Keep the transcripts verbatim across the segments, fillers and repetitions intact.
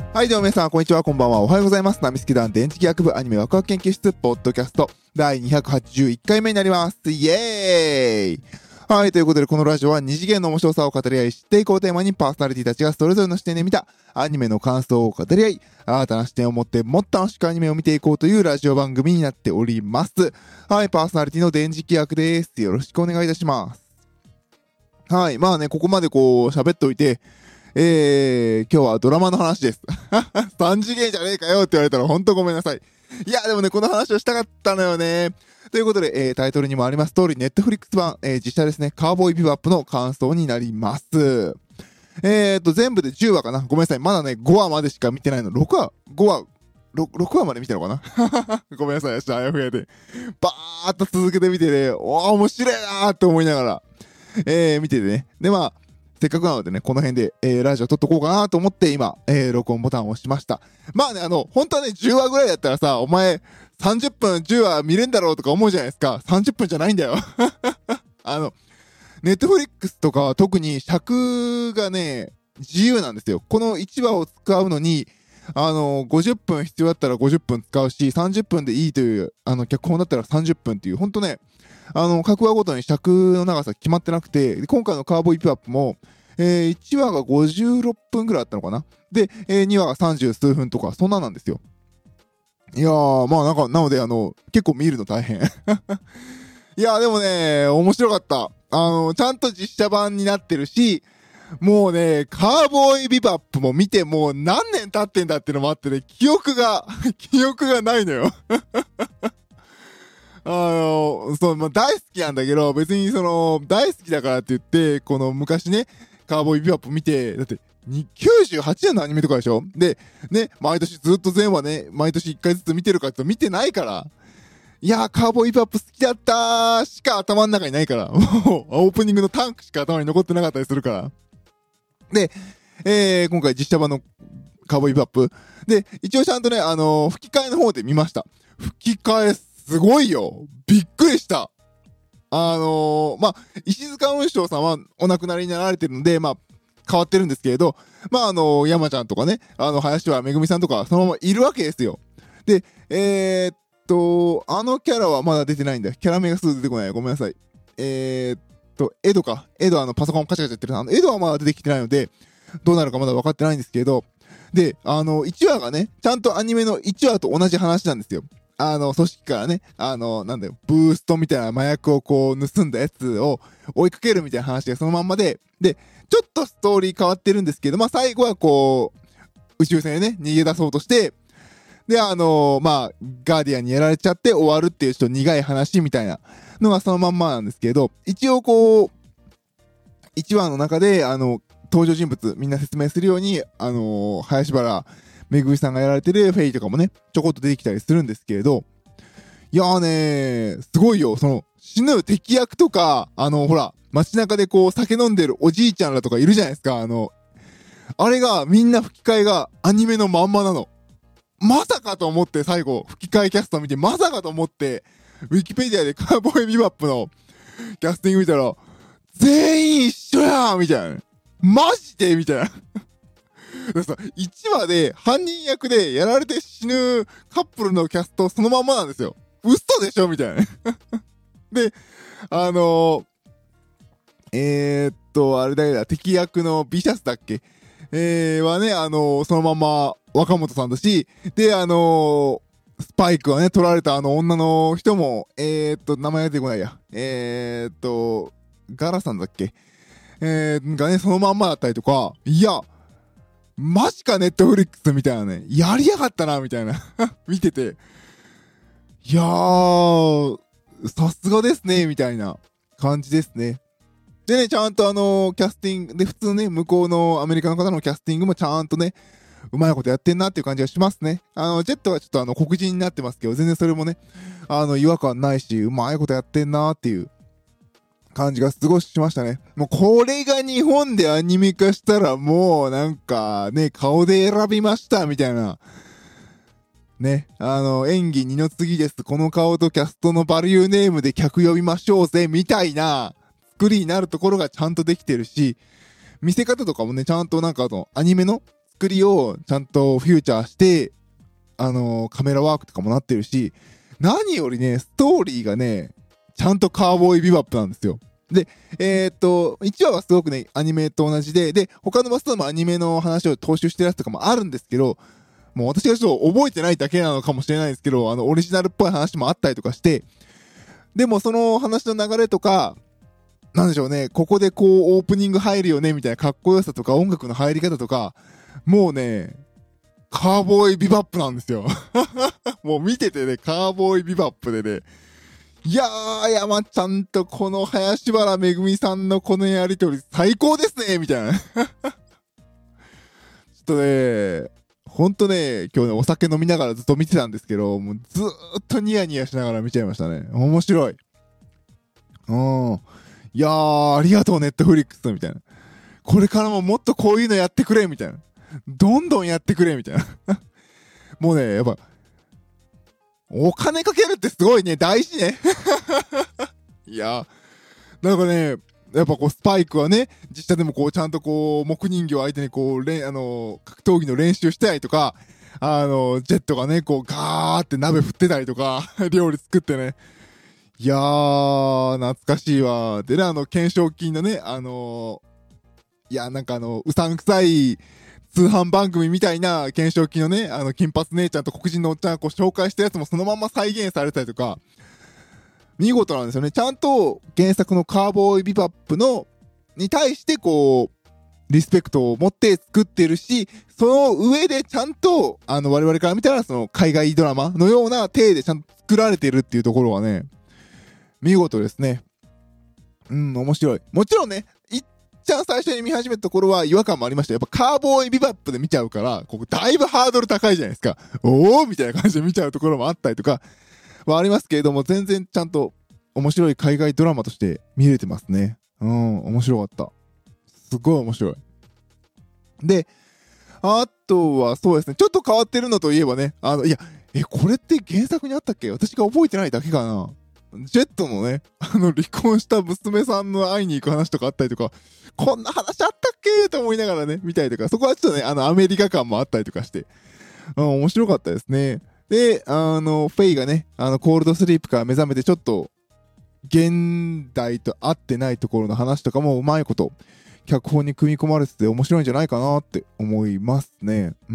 はい、では皆さん、こんにちは、こんばんは。おはようございます。ナミスケ団電磁気学部アニメワクワク研究室、ポッドキャスト、だいにひゃくはちじゅういっかいめになります。イエーイ。はい、ということで、このラジオは二次元の面白さを語り合い、知っていこうテーマにパーソナリティたちがそれぞれの視点で見たアニメの感想を語り合い、新たな視点を持ってもっと楽しくアニメを見ていこうというラジオ番組になっております。はい、パーソナリティの電磁気学です。よろしくお願いいたします。はい、まあね、ここまでこう喋っておいて、えー、今日はドラマの話です。三次元じゃねえかよって言われたらほんとごめんなさい。いや、でもね、この話をしたかったのよね。ということで、えー、タイトルにもあります通り、ネットフリックス版、えー、実写ですね、カーボーイビバップの感想になります。えーと、全部でじゅうわかな。ごめんなさい。まだね、ごわまでしか見てないの。ろくわ ?ご 話、ろくわまで見てるのかな。ごめんなさい。明日あやふやで。バーっと続けてみてね、おー、面白いなーって思いながら、えー、見ててね。で、まあ、せっかくなのでね、この辺で、えー、ラジオ撮っとこうかなと思って今、えー、録音ボタンを押しました。まあね、あの、本当はね、じゅうわぐらいだったらさ、お前、さんじゅっぷん、じゅうわ見れんだろうとか思うじゃないですか。さんじゅっぷんじゃないんだよ。あの、ネットフリックスとかは特に尺がね、自由なんですよ。このいちわを使うのに、あの、ごじゅっぷん必要だったらごじゅっぷん使うし、さんじゅっぷんでいいという、あの、脚本だったらさんじゅっぷんっていう、ほんとね、あの、各話ごとに尺の長さ決まってなくて、今回のカーボーイピュアップも、えー、いちわがごじゅうろっぷんぐらいあったのかな。で、えー、にわがさんじゅうすうふんとか、そんななんですよ。いやー、まあなんか、なので、あの、結構見るの大変。いやー、でもね、面白かった。あの、ちゃんと実写版になってるし、もうね、カーボーイビバップも見てもう何年経ってんだってのもあってね、記憶が、記憶がないのよ。あの、そう、まあ、大好きなんだけど、別にその、大好きだからって言って、この昔ね、カーボーイビバップ見て、だって、きゅうじゅうはちねんのアニメとかでしょ。で、ね、毎年ずっと全話ね、毎年いっかいずつ見てるかって見てないから。いやー、カーボーイビバップ好きだったーしか頭の中にないから。もう、オープニングのタンクしか頭に残ってなかったりするから。で、えー、今回実写版のカーボーイビバップ。で、一応ちゃんとね、あのー、吹き替えの方で見ました。吹き替えすごいよ。びっくりした。あのー、まあ、石塚雲章さんはお亡くなりになられてるので、まあ、変わってるんですけれど、まあ、あのー、山ちゃんとかね、あの、林原めぐみさんとか、そのままいるわけですよ。で、えー、っと、あのキャラはまだ出てないんだ。キャラ名がすぐ出てこない。ごめんなさい。えー、っと、エドか。エドあの、パソコンカチャカチャやってる。あの、エドはまだ出てきてないので、どうなるかまだ分かってないんですけど、で、あの、いちわがね、ちゃんとアニメのいちわと同じ話なんですよ。あの、組織からね、あの、なんだよ、ブーストみたいな麻薬をこう、盗んだやつを追いかけるみたいな話がそのまんまで、で、ちょっとストーリー変わってるんですけど、まあ、最後はこう、宇宙船でね、逃げ出そうとして、で、あのー、まあ、ガーディアンにやられちゃって終わるっていうちょっと苦い話みたいなのがそのまんまなんですけど、一応こう、いちわの中で、あの、登場人物みんな説明するように、あのー、林原めぐみさんがやられてるフェイとかもね、ちょこっと出てきたりするんですけれど、いやーねー、すごいよ。その、死ぬ敵役とか、あの、ほら、街中でこう酒飲んでるおじいちゃんらとかいるじゃないですか。あの、あれがみんな吹き替えがアニメのまんまなの。まさかと思って最後、吹き替えキャスト見て、まさかと思って、ウィキペディアでカーボーイビバップのキャスティング見たら、全員一緒やーみたいな。マジでみたいな。いちわで犯人役でやられて死ぬカップルのキャストそのまんまなんですよ。嘘でしょみたいな。で、あのー、えー、っと、あれだけだ、敵役のビシャスだっけえー、はね、あのー、そのまま若本さんだし、で、あのー、スパイクはね、取られたあの女の人も、えー、っと、名前が出てこないや。えー、っと、ガラさんだっけえー、がね、そのまんまだったりとか、いや、マジかネットフリックスみたいなね、やりやがったな、みたいな。見てて、いやー、さすがですね、みたいな感じですね。でね、ちゃんとあのー、キャスティング、で、普通ね、向こうのアメリカの方のキャスティングもちゃんとね、うまいことやってんなっていう感じがしますね。あの、ジェットはちょっとあの、黒人になってますけど、全然それもね、あの、違和感ないし、うまいことやってんなっていう感じがすごいしましたね。もうこれが日本でアニメ化したらもうなんかね、顔で選びましたみたいな。ね、あの、演技二の次です。この顔とキャストのバリューネームで客呼びましょうぜ、みたいな作りになるところがちゃんとできてるし、見せ方とかもね、ちゃんとなんかあの、アニメの作りをちゃんとフューチャーして、あのー、カメラワークとかもなってるし、何よりね、ストーリーがね、ちゃんとカーボーイビバップなんですよ。で、えー、っと、いちわはすごくね、アニメと同じで、で、他のバスでもアニメの話を踏襲してるやつとかもあるんですけど、もう私がちょっと覚えてないだけなのかもしれないですけど、あの、オリジナルっぽい話もあったりとかして、でもその話の流れとか、なんでしょうね、ここでこうオープニング入るよね、みたいなかっこよさとか音楽の入り方とか、もうね、カーボーイビバップなんですよ。もう見ててね、カーボーイビバップでね、いやー、山ちゃんとこの林原めぐみさんのこのやりとり最高ですねみたいな。ちょっとね、ほんとね、今日ね、お酒飲みながらずっと見てたんですけど、もうずーっとニヤニヤしながら見ちゃいましたね。面白い。うん。いやー、ありがとう、ネットフリックスみたいな。これからももっとこういうのやってくれみたいな。どんどんやってくれみたいな。もうね、やっぱ、お金かけるってすごいね、大事ね。いや、なんかね、やっぱこうスパイクはね、実写でもこうちゃんとこう木人形相手にこうれあの格闘技の練習したりとか、あのジェットがねこうガーって鍋振ってたりとか料理作ってね、いやー懐かしいわ。でね、あの懸賞金のね、あのいやなんかあのうさんくさい通販番組みたいな懸賞金のね、あの金髪姉ちゃんと黒人のおっちゃんがこう紹介したやつもそのまま再現されたりとか。見事なんですよね。ちゃんと原作のカーボーイビバップのに対してこうリスペクトを持って作ってるし、その上でちゃんとあの我々から見たらその海外ドラマのような体でちゃんと作られてるっていうところはね、見事ですね。うん、面白い。もちろんね、いっちゃん最初に見始めたところは違和感もありました。やっぱカーボーイビバップで見ちゃうから、ここだいぶハードル高いじゃないですか。おーみたいな感じで見ちゃうところもあったりとか。はありますけれども、全然ちゃんと面白い海外ドラマとして見れてますね。うん、面白かった。すごい面白い。で、あとはそうですね、ちょっと変わってるのといえばね、あの、いや、え、これって原作にあったっけ？私が覚えてないだけかな。ジェットのね、あの、離婚した娘さんの会いに行く話とかあったりとか、こんな話あったっけと思いながらね、見たりとか、そこはちょっとね、あの、アメリカ感もあったりとかして、うん、面白かったですね。で、あの、フェイがね、あの、コールドスリープから目覚めてちょっと、現代と合ってないところの話とかもうまいこと、脚本に組み込まれてて面白いんじゃないかなって思いますね。うん。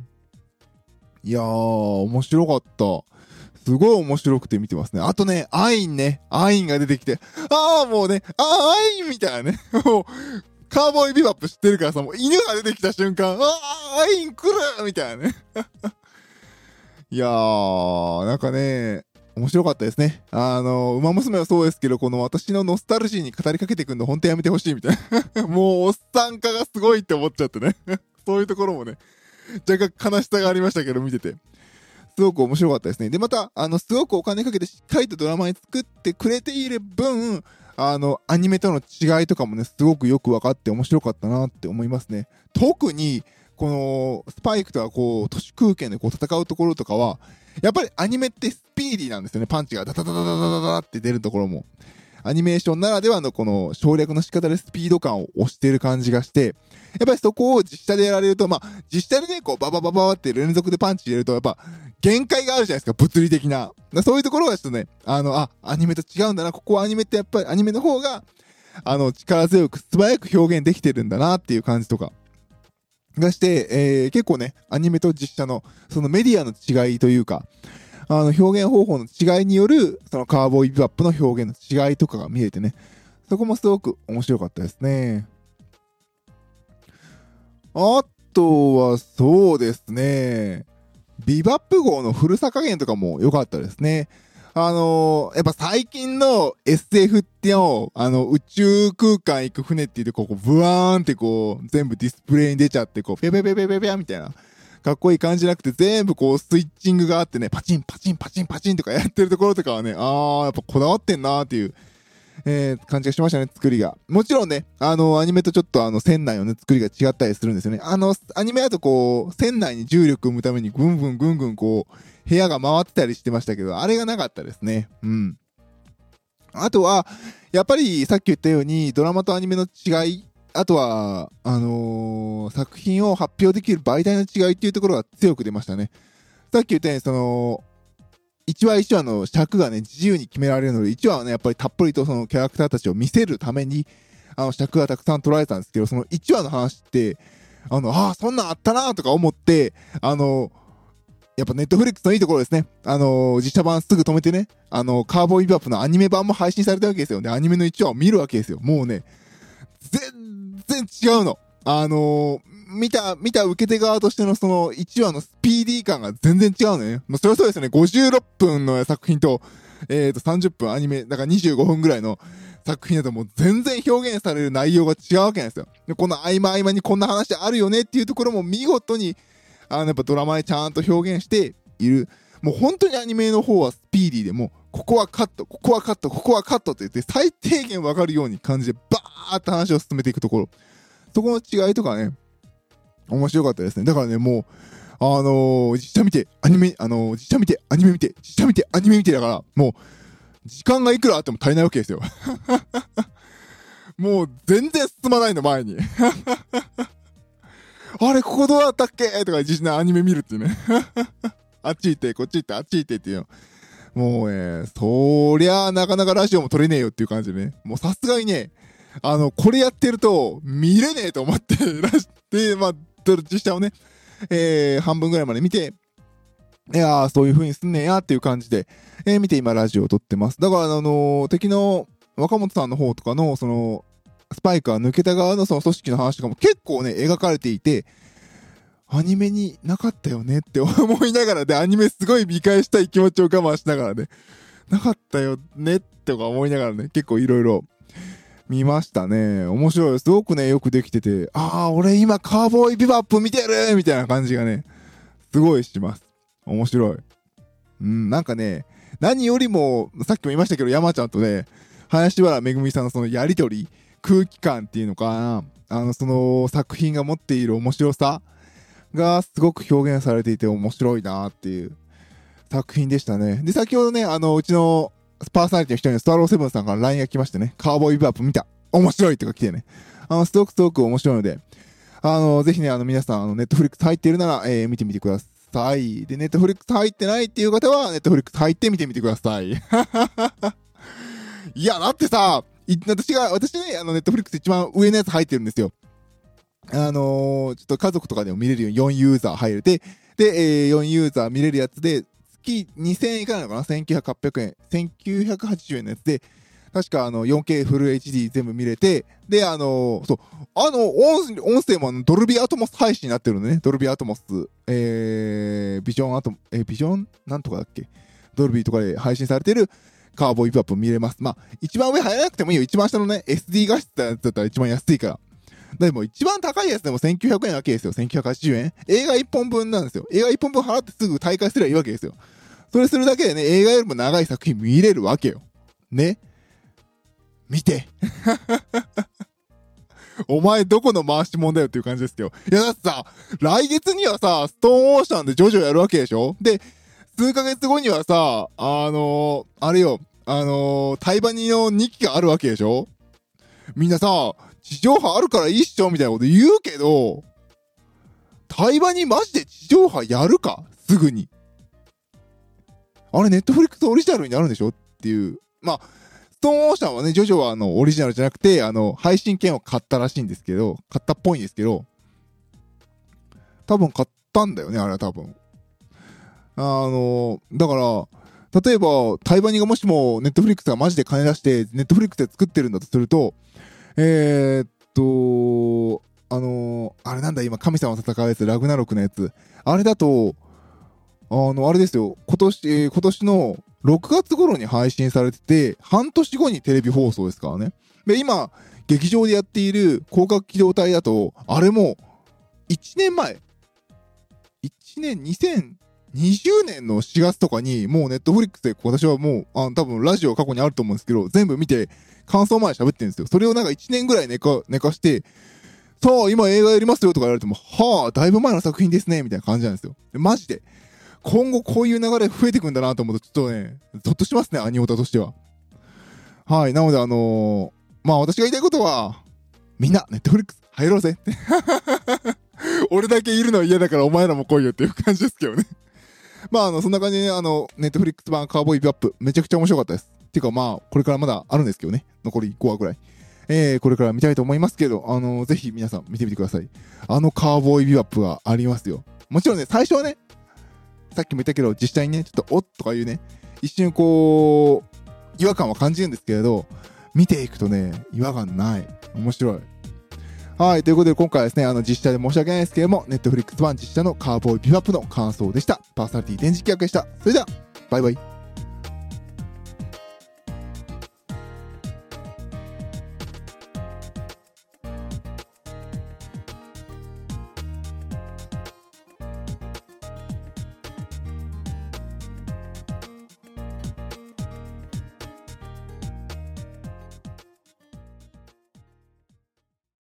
いやー、面白かった。すごい面白くて見てますね。あとね、アインね、アインが出てきて、あーもうね、あーアインみたいなね、もう、カーボーイビバップ知ってるからさ、もう犬が出てきた瞬間、あーアイン来るみたいなね。いやー、なんかね、面白かったですね。あの、馬娘はそうですけど、この私のノスタルジーに語りかけてくんの本当やめてほしいみたいな。もうおっさん化がすごいって思っちゃってね。そういうところもね、若干悲しさがありましたけど、見てて。すごく面白かったですね。で、また、あの、すごくお金かけてしっかりとドラマに作ってくれている分、あの、アニメとの違いとかもね、すごくよく分かって面白かったなって思いますね。特に、この、スパイクとかこう、都市空間でこう戦うところとかは、やっぱりアニメってスピーディーなんですよね。パンチがダダダダダダダダって出るところも。アニメーションならではのこの省略の仕方でスピード感を押している感じがして、やっぱりそこを実写でやられると、まあ、実写でね、こう、バババババって連続でパンチ入れると、やっぱ、限界があるじゃないですか、物理的な。そういうところがちょっとね、あの、あ、アニメと違うんだな、ここはアニメってやっぱりアニメの方が、あの、力強く素早く表現できてるんだなっていう感じとか。がして、えー、結構ね、アニメと実写の、そのメディアの違いというか、あの、表現方法の違いによる、そのカーボーイビバップの表現の違いとかが見えてね、そこもすごく面白かったですね。あとは、そうですね、ビバップ号の古さ加減とかも良かったですね。あのー、やっぱ最近の エスエフ っての、あの、宇宙空間行く船って言って、ここ、ブワーンってこう、全部ディスプレイに出ちゃって、こう、ペペペペペペみたいな、かっこいい感じじゃなくて、全部こう、スイッチングがあってね、パチンパチンパチンパチンとかやってるところとかはね、あー、やっぱこだわってんなーっていう、えー、感じがしましたね、作りが。もちろんね、あの、アニメとちょっとあの、船内のね、作りが違ったりするんですよね。あの、アニメだとこう、船内に重力を生むために、ぐんぐんぐんぐんこう、部屋が回ってたりしてましたけど、あれがなかったですね。うん。あとは、やっぱりさっき言ったように、ドラマとアニメの違いあとは、あのー、作品を発表できる媒体の違いっていうところが強く出ましたね。さっき言ったように、その、いちわいちわの尺がね、自由に決められるので、いちわはね、やっぱりたっぷりとそのキャラクターたちを見せるために、あの、尺がたくさん取られたんですけど、そのいちわの話って、あの、ああ、そんなんあったなーとか思って、あの、やっぱネットフリックスのいいところですね。あのー、実写版すぐ止めてね、あのー、カーボーイビバップのアニメ版も配信されたわけですよ。で、アニメのいちわを見るわけですよ。もうね、全然違うの。あのー、見た、見た受け手側としてのそのいちわのスピーディー感が全然違うのね。もうそれはそうですよね。ごじゅうろっぷんの作品と、えーと、さんじゅっぷんアニメ、だからにじゅうごふんぐらいの作品だともう全然表現される内容が違うわけなんですよ。で、この合間合間にこんな話あるよねっていうところも見事に、あの、やっぱドラマでちゃんと表現している。もう本当にアニメの方はスピーディーでもう、ここはカット、ここはカット、ここはカットって言って最低限わかるように感じでバーって話を進めていくところ。そこの違いとかね、面白かったですね。だからね、もう、あのー、実写見て、アニメ、あのー、実写見て、アニメ見て、実写見て、アニメ見てだから、もう、時間がいくらあっても足りないわけですよ。もう、全然進まないの、前に。あれ、ここどうだったっけとか、実際アニメ見るっていうね。あっち行って、こっち行って、あっち行ってっていうの。もうね、そりゃあなかなかラジオも撮れねえよっていう感じでね。もうさすがにね、あの、これやってると、見れねえと思って、で、まあ、実写をね、えー、半分ぐらいまで見て、いやー、そういう風にすんねえやっていう感じで、えー、見て今ラジオを撮ってます。だから、あのー、敵の若本さんの方とかの、その、スパイクが抜けた側のその組織の話とかも結構ね、描かれていて、アニメになかったよねって思いながらで、アニメすごい見返したい気持ちを我慢しながらね、なかったよねってか思いながらね、結構いろいろ見ましたね。面白い。すごくね、よくできてて、あー、俺今カーボーイビバップ見てるみたいな感じがね、すごいします。面白い。うん、なんかね、何よりも、さっきも言いましたけど、山ちゃんとね、林原めぐみさんのそのやりとり、空気感っていうのかな、あの、その作品が持っている面白さがすごく表現されていて面白いなっていう作品でしたね。で、先ほどね、あの、うちのパーソナリティの人にストアローセブンさんから ライン が来ましてね、カーボーイビバップ見た面白いとか来てね、あの、すごくすごく面白いので、あの、ぜひね、あの、皆さん、あの、ネットフリックス入っているなら、えー、見てみてください。で、ネットフリックス入ってないっていう方は、ネットフリックス入ってみてみてください。いや、だってさ、私が、私ね、あの、ネットフリックス一番上のやつ入ってるんですよ。あのー、ちょっと家族とかでも見れるようによんユーザー入れて、で、えー、よんユーザー見れるやつで、月にせんえんいかないのかな ?せんきゅうひゃくはっぴゃくえん。せんきゅうひゃくはちじゅうえんのやつで、確かあの よんケー フル エイチディー 全部見れて、で、あのー、そう、あの、音、音声もあのドルビーアトモス配信になってるのね。ドルビーアトモス、えー、ビジョンアトモ、えー、ビジョンなんとかだっけドルビーとかで配信されてるカーボーイビバップ見れます。まあ、一番上入らなくてもいいよ。一番下のね、エスディー 画質だったら一番安いから。でも一番高いやつでもせんきゅうひゃくえんなわけですよ。せんきゅうひゃくはちじゅうえん。映画いっぽんぶんなんですよ。映画いっぽんぶん払ってすぐ大会すればいいわけですよ。それするだけでね、映画よりも長い作品見れるわけよ。ね。見て。お前どこの回しもんだよっていう感じですよ。いやだってさ、来月にはさ、ストーンオーシャンでジョジョやるわけでしょ。で、数ヶ月後にはさ、あのー、あれよ、あのー、タイバニのにきがあるわけでしょ。みんなさ、地上波あるからいいっしょみたいなこと言うけど、タイバニマジで地上波やるかすぐに。あれ、ネットフリックスオリジナルになるんでしょっていう。まあ、ストーンオーシャンはね、ジョジョはあの、オリジナルじゃなくて、あの、配信権を買ったらしいんですけど、買ったっぽいんですけど、多分買ったんだよね、あれは多分。あの、だから、例えば、タイバニがもしもネットフリックスがマジで金出して、ネットフリックスで作ってるんだとすると、えー、っと、あのー、あれなんだ今、神様戦うやつ、ラグナロクのやつ。あれだと、あの、あれですよ、今年、えー、今年のろくがつ頃に配信されてて、半年後にテレビ放送ですからね。で、今、劇場でやっている広角機動隊だと、あれも、いちねんまえ。いちねん、にせんにじゅうねんのしがつとかに、もうネットフリックスで、私はもう、あ多分ラジオ過去にあると思うんですけど、全部見て、感想まで喋ってるんですよ。それをなんかいちねんぐらい寝か、寝かして、さあ、今映画やりますよとか言われても、はあ、だいぶ前の作品ですね、みたいな感じなんですよ。マジで。今後こういう流れ増えてくんだなと思うと、ちょっとね、ゾッとしますね、アニオタとしては。はい、なのであのー、まあ私が言いたいことは、 みんな、ネットフリックス入ろうぜって。俺だけいるの嫌だからお前らも来いよっていう感じですけどね。まあ、あの、そんな感じでね、あの、ネットフリックス版カウボーイビバップ、めちゃくちゃ面白かったです。っていうかまあ、これからまだあるんですけどね。残りごわぐらい。えー、これから見たいと思いますけど、あの、ぜひ皆さん見てみてください。あのカウボーイビバップがありますよ。もちろんね、最初はね、さっきも言ったけど、実際にね、ちょっとおっとかいうね、一瞬こう、違和感は感じるんですけれど、見ていくとね、違和感ない。面白い。はい、ということで今回はですね、あの実写で申し訳ないですけれども、ネットフリックス版実写のカウボーイビバップの感想でした。パーソナリティ電磁気役でした。それでは、バイバイ。